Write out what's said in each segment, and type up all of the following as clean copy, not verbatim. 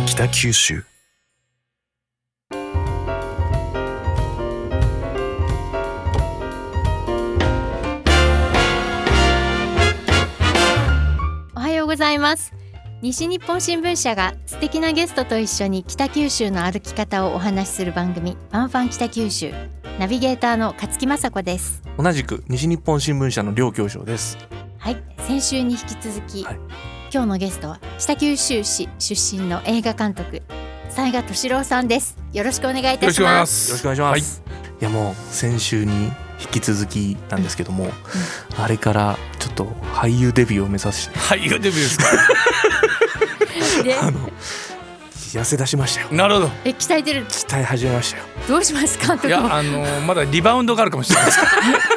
北九州。 おはようございます。西日本新聞社が素敵なゲストと一緒に北九州の歩き方をお話しする番組、ファンファン北九州。ナビゲーターの勝木雅子です。 同じく西日本新聞社の両教授です。 はい、先週に引き続き、今日のゲストは北九州市出身の映画監督雑賀俊郎さんです。よろしくお願いいたします。 よろしくお願いします。いや、もう先週に引き続きなんですけども、あれからちょっと俳優デビューを目指して。 俳優デビューですか？ 痩せ出しましたよ。 なるほど。 鍛えてる。 鍛え始めましたよ。 どうします監督？ いや、まだリバウンドがあるかもしれないです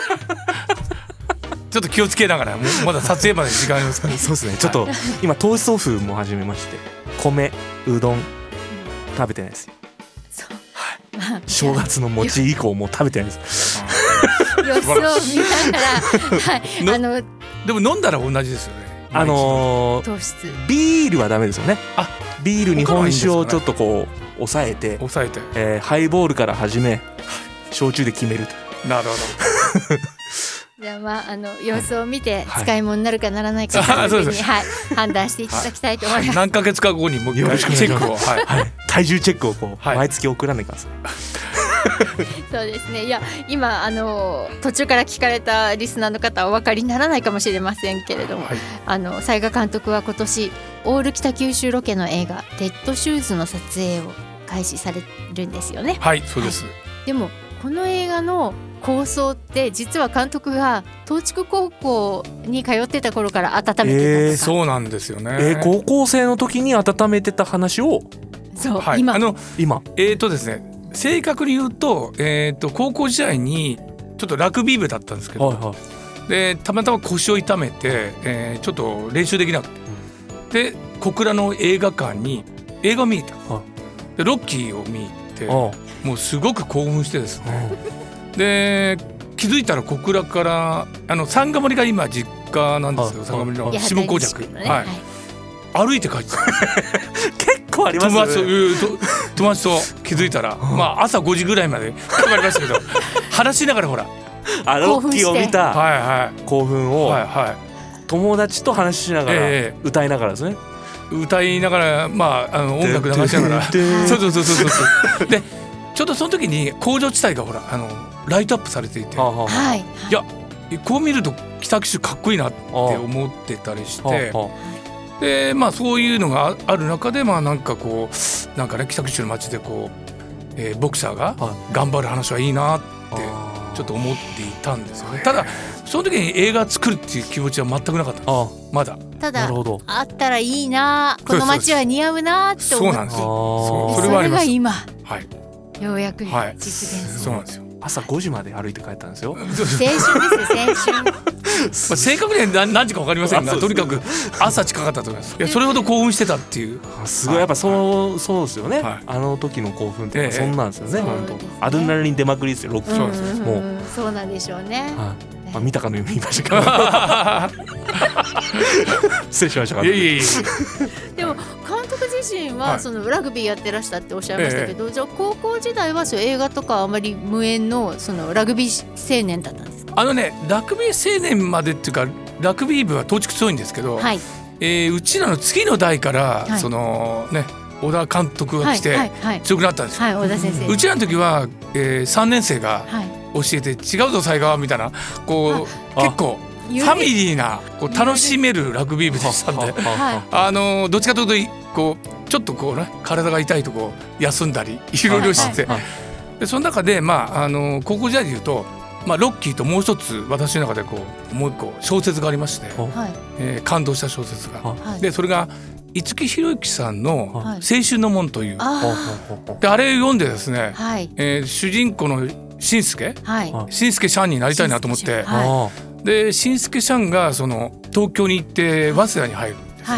ちょっと気をつけながら、もうまだ撮影まで時間ありますからそうですね。ちょっと今糖質オフも始めまして、米、うどん食べてないですよ。正月の餅以降もう食べてないです。 様子を見ながら、はい、 でも飲んだら同じですよね。 糖質。 ビールはダメですよね。ビール、日本酒をちょっとこう抑えて、ハイボールから始め、焼酎で決めると。 なるほど。 じゃあ、様子を見て使い物になるかならないかというふうに、判断していただきたいと思います。 何ヶ月か後にもう一回チェックを、 体重チェックをこう、毎月送らないからそうですね。いや、今途中から聞かれたリスナーの方はお分かりにならないかもしれませんけれども、雑賀監督は今年オール北九州ロケの映画デッドシューズの撮影を開始されるんですよね。 はい、そうです。 でもこの映画の構想って実は監督が東筑高校に通ってた頃から温めてたとか、 そうなんですよね。 高校生の時に温めてた話を、 そう、 今ですね、正確に言うと、高校時代にちょっとラグビー部だったんですけど、でたまたま腰を痛めて、ちょっと練習できなくて、で小倉の映画館に映画を見に行った、でロッキーを見に行って、もうすごく興奮してですねで気づいたら小倉から三ヶ森が今実家なんですよ。三ヶ森の下工尺、歩いて帰って結構ありますね。 友達と気づいたら、朝5時ぐらいまでかかりましたけど話しながら、ほらロッキーを見た興奮を友達と話しながら、歌いながらですね。 歌いながら、音楽流しながらそうでちょっとその時に工場地帯がほらライトアップされていて、いや、こう見ると北九州かっこいいなって思ってたりして、でそういうのがある中で、なんかこうなんかね、北九州の街でこう、ボクサーが頑張る話はいいなってちょっと思っていたんですよね。ただその時に映画作るっていう気持ちは全くなかったんです。まだただあったらいいな、この街は似合うなって思って、 そうなんですよ。それはあります。 それが今、ようやく実現する。 そうなんですよ。 朝5時まで歩いて帰ったんですよ。 青春ですよ、青春。 正確には何時か分かりませんが、とにかく朝近かったと思います。いや、それほど興奮してたっていう。 すごい、やっぱそうですよね。あの時の興奮ってそんなんですよね。本当アドレナリン出まくりですよ。ロック。もうそうなんでしょうね。 見たかのように言いましたけど失礼しました。 でも監督自身はそのラグビーやってらしたっておっしゃいましたけど、じゃあ高校時代はそう映画とかあまり無縁のそのラグビー青年だったんですか？ ラグビー青年までっていうか、ラグビー部は東筑強いんですけど、うちらの次の代から、小田監督が来て強くなったんですよ。 小田先生。 うちらの時は、3年生が教えて、違うぞ雑賀みたいな、こう結構ファミリーなこう楽しめるラグビー部でしたんで、どっちかというとこうちょっとこうね、体が痛いとこう休んだりいろいろして、でその中で高校時代でいうと、ロッキーともう一つ私の中でこうもう一個小説がありまして、感動した小説が、でそれが五木ひろゆきさんの青春の門という、であれ読んでですね、主人公の新助シャンになりたいなと思って、で新助シャンがその東京に行って早稲田に入るんです、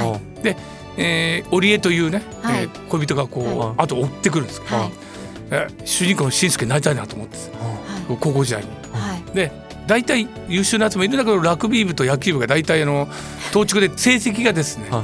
で、織江というね、恋人がこう、後追ってくるんですけど、主人公の新助になりたいなと思って、高校時代に、で大体優秀なやつもいるんだけど、ラグビー部と野球部が大体東筑で成績がですね、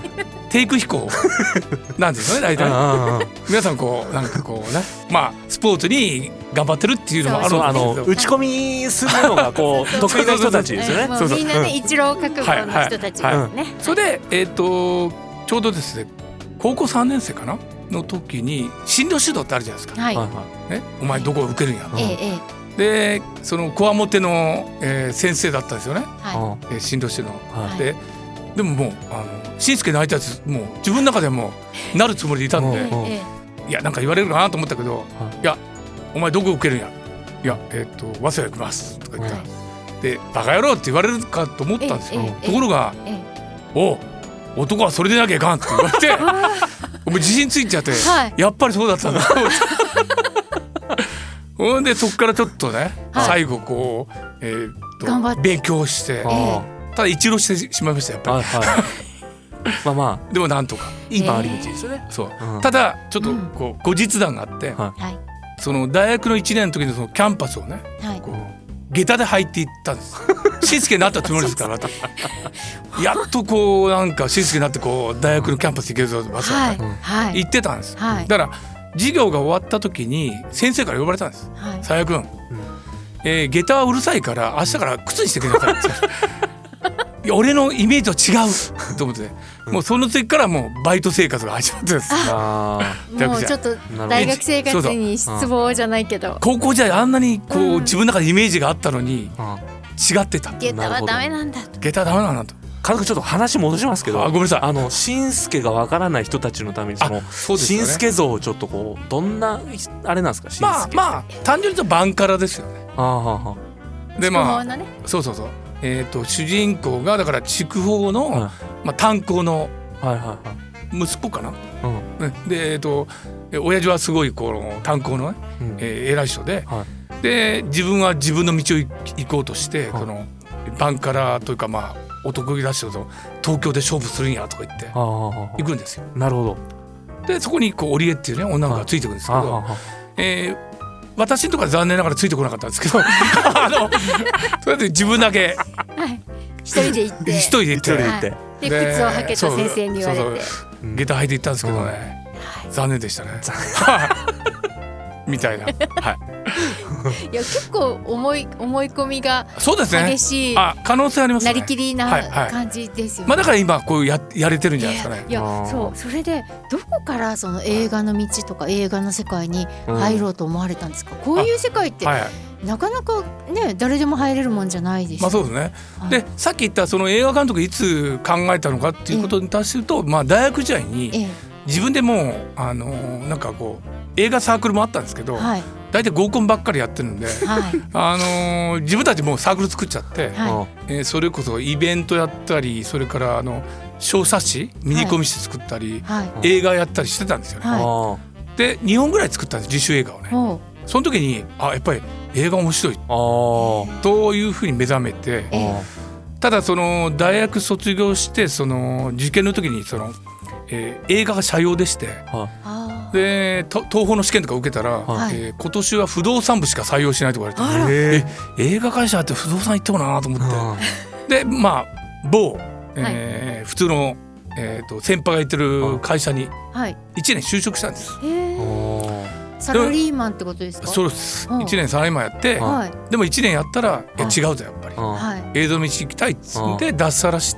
テイク飛行なんですよね大体皆さんこうなんかこうねまあスポーツに頑張ってるっていうのもあるんですけど打ち込みするのがこう得意な人たちですよね。 みんなね一郎覚悟の人たちですね。 それでちょうどですね高校3年生かなの時に進路指導ってあるじゃないですか、ね、お前どこ受けるんや、でそのこわもての、先生だったんですよね、進路指導、でももうしんすけ泣いたやつもう自分の中でもなるつもりでいたんで、いやなんか言われるかなと思ったけど、いやお前どこ受けるんや、いや早稲田行きますとか言ったら、でバカ野郎って言われるかと思ったんですよ、ところがお男はそれでなきゃいかんって言われてもう自信ついちゃって、やっぱりそうだったんだほんでそっからちょっとね、最後こう、勉強して、ただ一浪してしまいましたやっぱり、まあまあでもなんとかいい回り道ですよね。 そう、ただちょっとこう後日談があって、その大学の1年の時のそのキャンパスをね、こう下駄で入っていったんですしんすけになったつもりですからやっとこうなんかしんすけになってこう大学のキャンパス行けるぞって言ってたんです、だから授業が終わった時に先生から呼ばれたんです、佐谷君、下駄はうるさいから明日から靴にしてくださいっていや俺のイメージと違うと思って、もうその時からもうバイト生活が始まってです。 もうちょっと大学生活に失望じゃないけど、 高校時代あんなにこう自分の中でイメージがあったのに違ってた。 下駄はダメなんだと。 下駄はダメなんだと。 軽くちょっと話戻しますけど、 ごめんなさい。 しんすけがわからない人たちのためにそのしんすけ像をちょっとこうどんなあれなんですか。 まあ単純に言うとバンカラですよね。でまあそう主人公がだから筑豊の炭鉱の息子かな。で親父はすごいこの炭鉱の偉い人で、で自分は自分の道を行こうとしてこのバンカラというかまあ男気出して東京で勝負するんやとか言って行くんですよ。 なるほど。 でそこにこう織江っていうね女の子がついてくるんですけど、私のところは残念ながらついてこなかったんですけどそれで自分だけ一人で行ってで靴を履けた先生に言われて下駄履いて行ったんですけどね、残念でしたねみたいな。 いや結構思い込みが激しい、 可能性ありますね。 なりきりな感じですよね。 だから今こうやれてるんじゃないですかね。 いやそれでどこからその映画の道とか映画の世界に入ろうと思われたんですか。こういう世界ってなかなかね誰でも入れるもんじゃないですよ。 そうですね。でさっき言ったその映画監督いつ考えたのかっていうことに対すると、大学時代に自分でもうなんかこう映画サークルもあったんですけど、大体合コンばっかりやってるんで、自分たちもうサークル作っちゃって、それこそイベントやったり、それから小冊子ミニコミして作ったり、映画やったりしてたんですよね。で2本ぐらい作ったんです、自主映画をね。その時にやっぱり映画面白いというふうに目覚めて、ただその大学卒業してその受験の時にその、映画が社用でして。で東宝の試験とか受けたら、今年は不動産部しか採用しないとか言われて、映画会社って不動産行ってもなと思ってでまあ某、普通の、先輩が行ってる会社に1年就職したんです。 サラリーマンってことですか。 そうです。1年サラリーマンやって、でも1年やったら違うぞやっぱり、映像の道行きたいっつって脱サラして、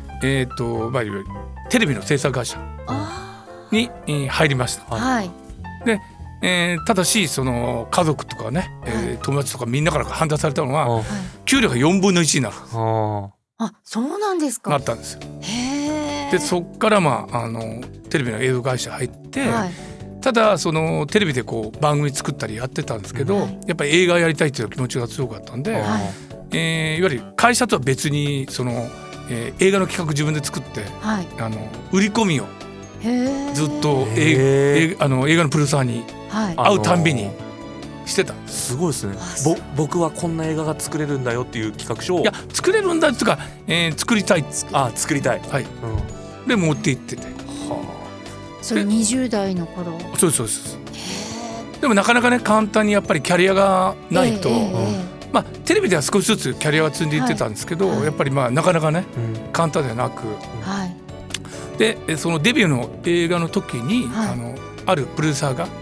テレビの制作会社に入りました。で、ただしその家族とかね、友達とかみんなから判断されたのは、給料が4分の1になる。 そうなんですか。 なったんですよ。でそっからテレビの映像会社入って、ただそのテレビでこう番組作ったりやってたんですけど、やっぱり映画やりたいっていう気持ちが強かったんで、いわゆる会社とは別にその、映画の企画自分で作って、売り込みをずっと映画のプロデューサーに会うたんびにしてた。 すごいですね。僕はこんな映画が作れるんだよっていう企画書を、 いや作れるんだっていうか、作りたい。 作りたい。 で持って行ってて。 それ20代の頃。 そうです。でもなかなかね簡単にやっぱりキャリアがないと、テレビでは少しずつキャリアは積んでいってたんですけど、やっぱりなかなかね、簡単ではなく、 でそのデビューの映画の時に、あるプロデューサーが、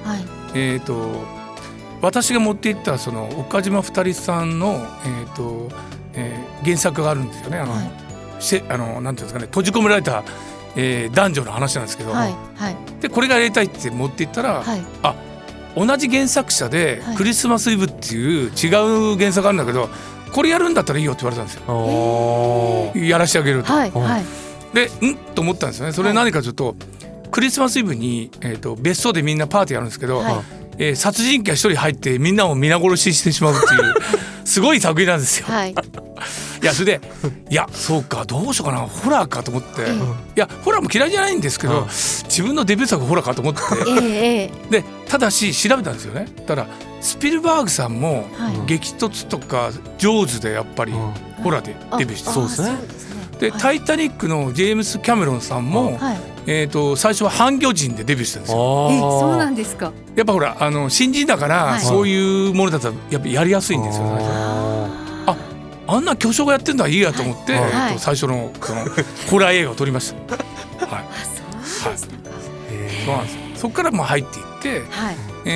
私が持っていったその岡島二人さんの、原作があるんですよね。なんていうんですかね、閉じ込められた、男女の話なんですけど、でこれがやりたいって持っていったら、同じ原作者でクリスマスイブっていう違う原作があるんだけど、これやるんだったらいいよって言われたんですよ。やらしてあげると。でと思ったんですよね。それ何かというと、クリスマスイブに、別荘でみんなパーティーやるんですけど、殺人鬼が一人入ってみんなを皆殺ししてしまうっていうすごい作品なんですよ。いやそれでいやそうかどうしようかな、ホラーかと思って、いやホラーも嫌いじゃないんですけど、自分のデビュー作ホラーかと思って、でただし調べたんですよね。ただスピルバーグさんも激突とかジョーズでやっぱりホラーでデビューして、 そうですね。 でタイタニックのジェームス・キャメロンさんも、最初は半魚人でデビューしたんですよ。 そうなんですか。 やっぱほら新人だから、そういうものだとやっぱやりやすいんですよ最初。あんな巨匠がやってんだいいやと思って、最初のそのホラー映画を撮りました。そうなんですよ。そこからも入っていって、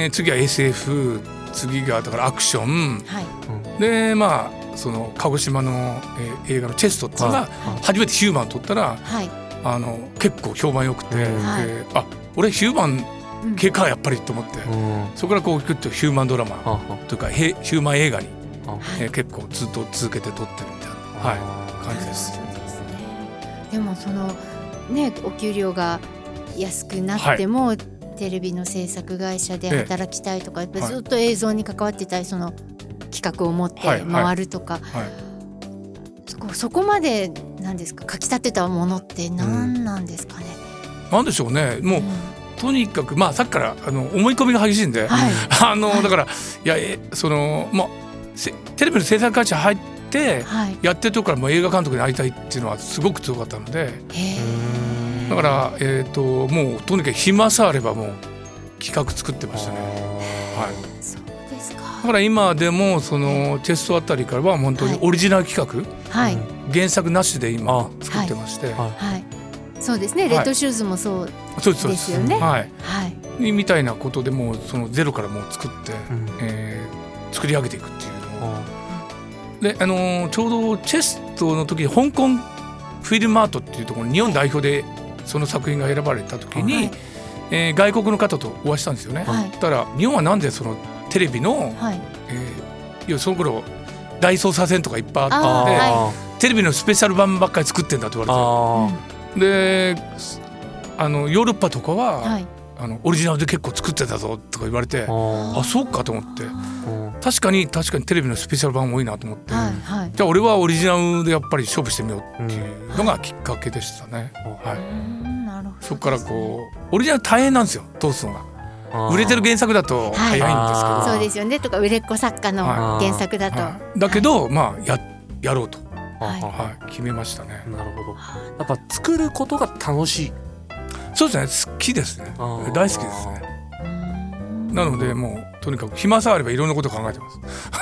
次は SF、次がだからアクション、でその鹿児島の、映画のチェストっていうのが初めてヒューマン撮ったら、結構評判良くて、俺ヒューマン系かやっぱりと思って、そこからこうグッとヒューマンドラマというかヒューマン映画に、結構ずっと続けて撮ってるみたいな、感じです。 でもそのね、お給料が安くなっても、テレビの制作会社で働きたいとか、ずっと映像に関わってたり、その企画を持って回るとか、そこまで何ですか、かき立てたものって何なんですかね。 なんでしょうね。もう、とにかくさっきから思い込みが激しいんで、だからいやそのテレビの制作会社入ってやってるとこからもう映画監督になりたいっていうのはすごく強かったので、だからもうとにかく暇さあればもう企画作ってましたね。 そうですか。 だから今でもそのチェストあたりからは本当にオリジナル企画、原作なしで今作ってまして、 そうですね。レッドシューズもそうですよね。 みたいなことでもうそのゼロからもう作って、作り上げていくっていうのを、でちょうどチェストの時に香港フィルムアートっていうところに日本代表でその作品が選ばれた時に、外国の方とお会いしたんですよね。だから日本はなんでそのテレビの、その頃大捜査線とかいっぱいあって、テレビのスペシャル版ばっかり作ってんだと言われて、でヨーロッパとかは、オリジナルで結構作ってたぞとか言われて、そうかと思って、確かにテレビのスペシャル版多いなと思って、じゃあ俺はオリジナルでやっぱり勝負してみようっていうのがきっかけでしたね。そこからこうオリジナル大変なんですよ、通すのが。売れてる原作だと早いんですけど、 そうですよね、とか売れっ子作家の原作だと、 だけどやろうと、決めましたね。 なるほど。やっぱ作ることが楽しい。 そうですね、好きですね。大好きですね。なのでもうとにかく暇さえあればいろんなことを考えてます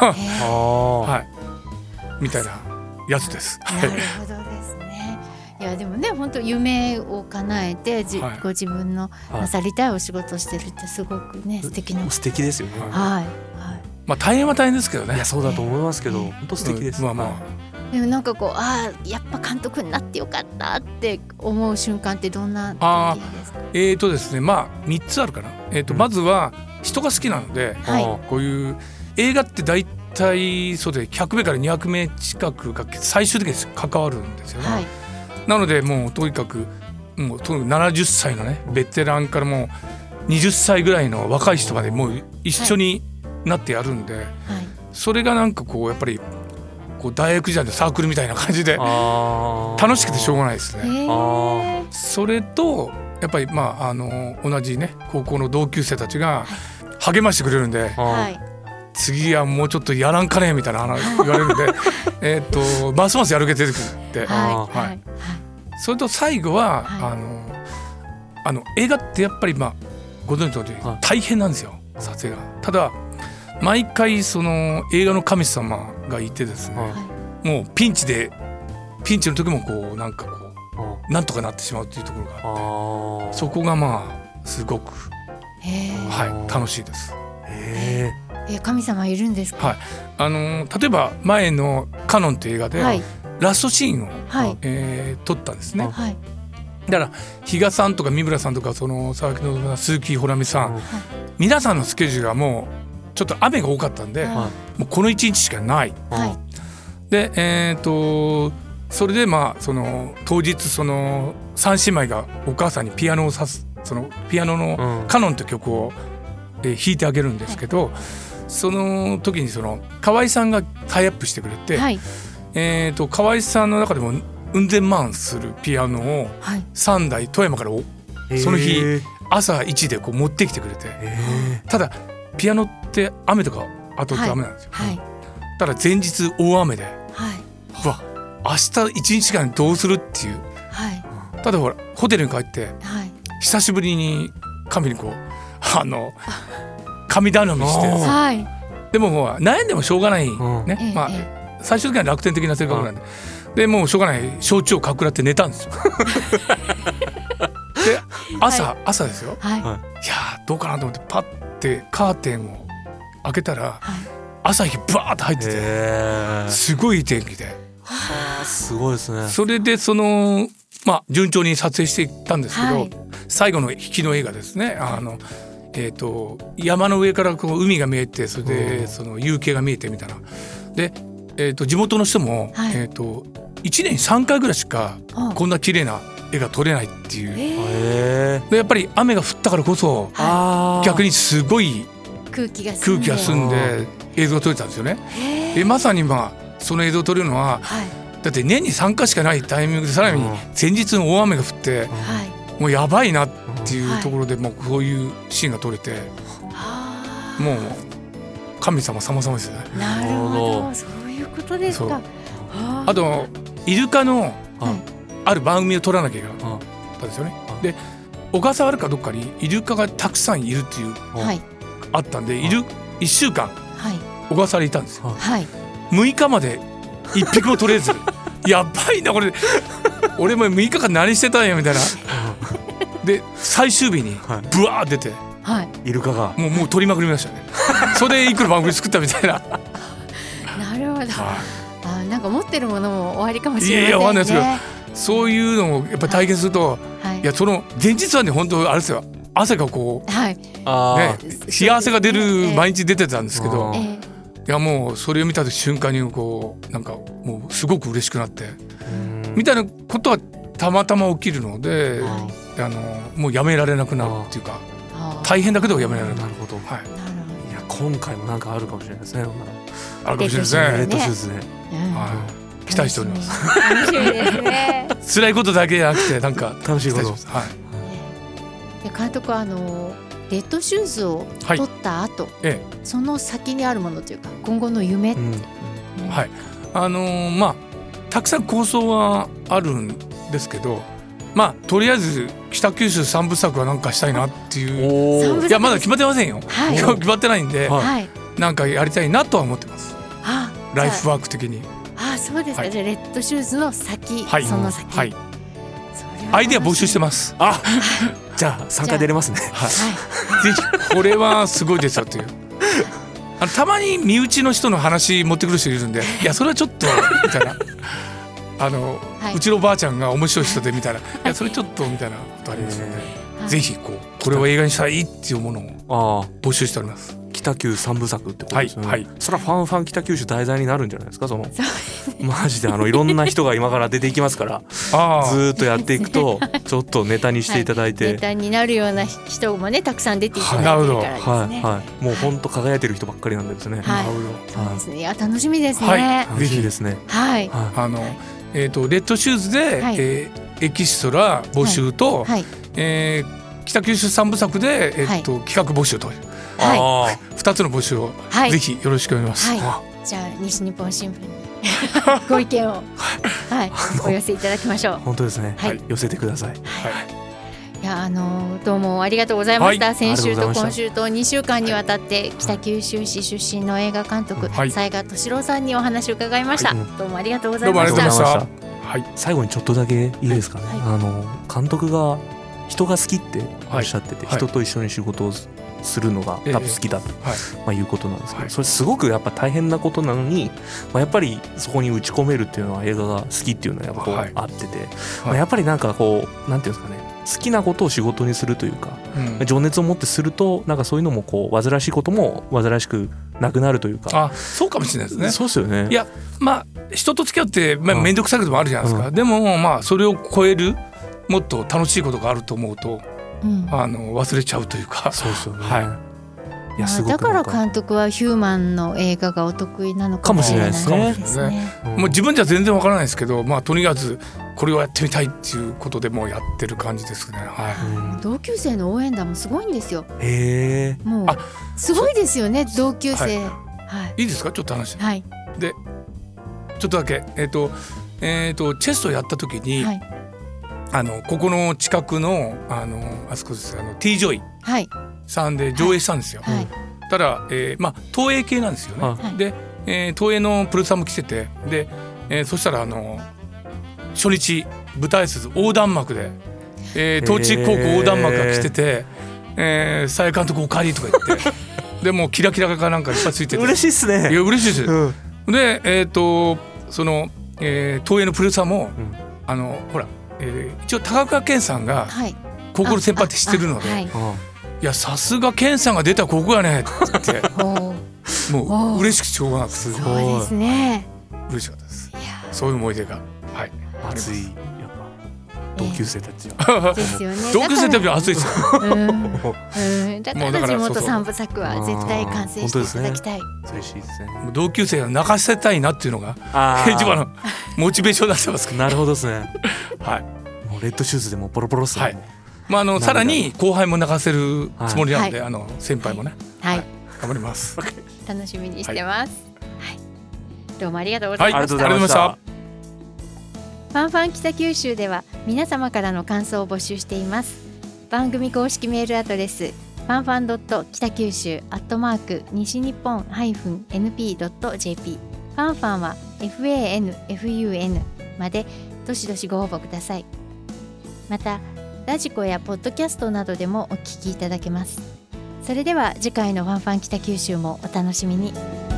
みたいなやつです。 なるほどですね。いやでもね、本当夢を叶えてご自分のなさりたいお仕事をしてるってすごくね、素敵な。 素敵ですよね。 大変は大変ですけどね。 いやそうだと思いますけど、本当素敵です。 でもなんかこうやっぱ監督になってよかったって思う瞬間ってどんな時ですか？ ですね、3つあるかな。まずは人が好きなので、こういう映画って大体そうで100名から200名近くが最終的に関わるんですよね。なのでもうとにかく70歳のねベテランからもう20歳ぐらいの若い人までもう一緒になってやるんで、それがなんかこうやっぱり大学時代のサークルみたいな感じで楽しくてしょうがないですね。それとやっぱり同じね高校の同級生たちが励ましてくれるんで、次はもうちょっとやらんかねみたいな話言われるんでますますやる気出てくるって、それと最後は映画ってやっぱりご存知の通り大変なんですよ、撮影が。ただ毎回その映画の神様がいてですね、もうピンチの時もなんかなんとかなってしまうっていうところが、そこがまあすごく、はい、楽しいです。 神様いるんですか？ はい、例えば前のカノンという映画で、ラストシーンを、撮ったんですね。だから比嘉さんとか三村さんとかその佐々木の鈴木保奈美さん、皆さんのスケジュールがもうちょっと雨が多かったんで、もうこの1日しかない。で、それでまあその当日その3姉妹がお母さんにピアノをそのピアノのカノンという曲を、弾いてあげるんですけど、その時にその河合さんがタイアップしてくれて、河合さんの中でもうん千万するピアノを3台富山からその日朝1でこう持ってきてくれて、ただピアノって雨とかあとダメなんですよ。ただ前日大雨で、うわ明日1日間どうするっていう、ただほらホテルに帰って、久しぶりに神にこう神頼みして、でももう悩んでもしょうがないね、まあ最終的には楽天的な性格なんで、でもうしょうがない焼酎をかくらって寝たんですよ。で朝ですよ、いやどうかなと思ってパッてカーテンを開けたら、朝日バーッと入ってて、すごいいい天気で、 すごいですね。 それでそのまあ順調に撮影していったんですけど、最後の引きの絵がですね、山の上からこう海が見えて、それでその夕景が見えてみたいなで、地元の人も、1年3回ぐらいしかこんな綺麗な絵が撮れないっていう、でやっぱり雨が降ったからこそ、逆にすごい空気が澄んで映像が撮れたんですよね。まさにまあその映像を撮れるのは、だって年に3回しかないタイミングで、さらに前日の大雨が降って、もうやばいなっていうところで、もうこういうシーンが撮れて、もう神様様々ですよね。 なるほど、そういうことですか。 あとイルカのある番組を撮らなきゃいけなかったんですよね。で小笠原かどっかにイルカがたくさんいるっていう、あったんで、1週間小笠原いたんですよ。6日まで1匹も取れずやばいなこれ、俺も6日間何してたんやみたいな。で最終日にブワー出て、 イルカがもう取りまくりましたね。それでいくら番組作ったみたいな。 なるほど。なんか持ってるものも終わりかもしれませんね。いやわかんないですけど、 そういうのをやっぱり体験すると、いやその前日はね本当あれですよ、汗がこう、ね、冷や汗が出る毎日出てたんですけど、いやもうそれを見た瞬間にこうなんかもうすごく嬉しくなって、みたいなことはたまたま起きるので、もうやめられなくなるっていうか、大変だけどやめられなくなる。 なるほど。いや今回もなんかあるかもしれないですね。 あるかもしれないですね。 レッドシューズね。 期待しております。 楽しみですね。 辛いことだけじゃなくてなんか楽しいこと。 監督はレッドシューズを取った後、その先にあるものというか今後の夢って、 まあたくさん構想はあるんですけど、まあとりあえず北九州3部作はなんかしたいなっていう。いやまだ決まってませんよ。決まってないんで、なんかやりたいなとは思ってます。ライフワーク的に。 そうですか。じゃあレッドシューズの先、その先、 アイデア募集してます。 じゃあ参加出れますね。ぜひこれはすごいですよという。たまに身内の人の話持ってくる人いるんで、いやそれはちょっとみたいな。うちのばあちゃんが面白い人でみたいな、いやそれちょっとみたいなことありますので、ぜひこれを映画にしたいっていうものを募集しております。 北九3部作ってことですよね。それはファン北九州題材になるんじゃないですか。そのマジでいろんな人が今から出ていきますから、ずっとやっていくとちょっとネタにしていただいて、 ネタになるような人もねたくさん出ていただいてるからですね。 もう本当輝いてる人ばっかりなんですね。 そうですね。いや楽しみですね。 ぜひですね。 レッドシューズでエキストラ募集と、北九州3部作で企画募集という2つの募集をぜひよろしくお願いします。 じゃあ西日本新聞にご意見をお寄せいただきましょう。 本当ですね。寄せてください。 いやどうもありがとうございました。先週と今週と2週間にわたって北九州市出身の映画監督、雑賀俊郎さんにお話を伺いました。どうもありがとうございました。 最後にちょっとだけいいですかね、監督が人が好きっておっしゃってて、人と一緒に仕事をするのが多分好きだと、いうことなんですけど、それすごくやっぱ大変なことなのに、やっぱりそこに打ち込めるっていうのは映画が好きっていうのはやっぱこうあってて、やっぱりなんかこうなんていうんですかね、好きなことを仕事にするというか、情熱を持ってするとなんかそういうのもこう煩わしいことも煩わしくなくなるというか。 そうかもしれないですね。 そうですよね。 いや人と付き合って面倒くさいこともあるじゃないですか、でもそれを超えるもっと楽しいことがあると思うと、忘れちゃうというか。 そうですよね。 いやだから監督はヒューマンの映画がお得意なのかもしれないですね。 もう自分じゃ全然わからないですけど、とにかくこれをやってみたいっていうことでもうやってる感じですね。 同級生の応援団もすごいんですよ。もうすごいですよね、同級生。 いいですか、ちょっと話。でちょっとだけチェストやった時に、ここの近くのあそこです、T ジョイさんで上映したんですよ。ただ、東映系なんですよね。で、東映のプロデューサーも来てて、で、そしたら初日舞台挨拶横断幕で、東地高校横断幕が来てて、佐谷監督お帰りとか言ってでもうキラキラがなんかいっぱいついてて嬉しいっすね。 いや嬉しいです、でその、東映のプロデューサーも、ほら、一応高倉健さんが高校の先輩って知ってるので、いやさすが健さんが出たここやねって言ってもう嬉しくてしょうがなくて、 そうですね、 嬉しかったです。そういう思い出が熱い、やっぱ同級生たちはですよね。 同級生たちは熱いですよ。 だから地元三部作は絶対完成していただきたい。 嬉しいですね。 同級生を泣かせたいなっていうのが一番のモチベーションになってますから。 なるほどですね。もうレッドシューズでもポロポロっすね。 さらに後輩も泣かせるつもりなんで、先輩もね、頑張ります。 楽しみにしてます。どうもありがとうございました。 ありがとうございました。 ファンファン北九州では皆様からの感想を募集しています。番組公式メールアドレスファンファン北九州@西日本-np.jp、 ファンファンは FANFUN までどしどしご応募ください。またラジコやポッドキャストなどでもお聞きいただけます。それでは次回のファンファン北九州もお楽しみに。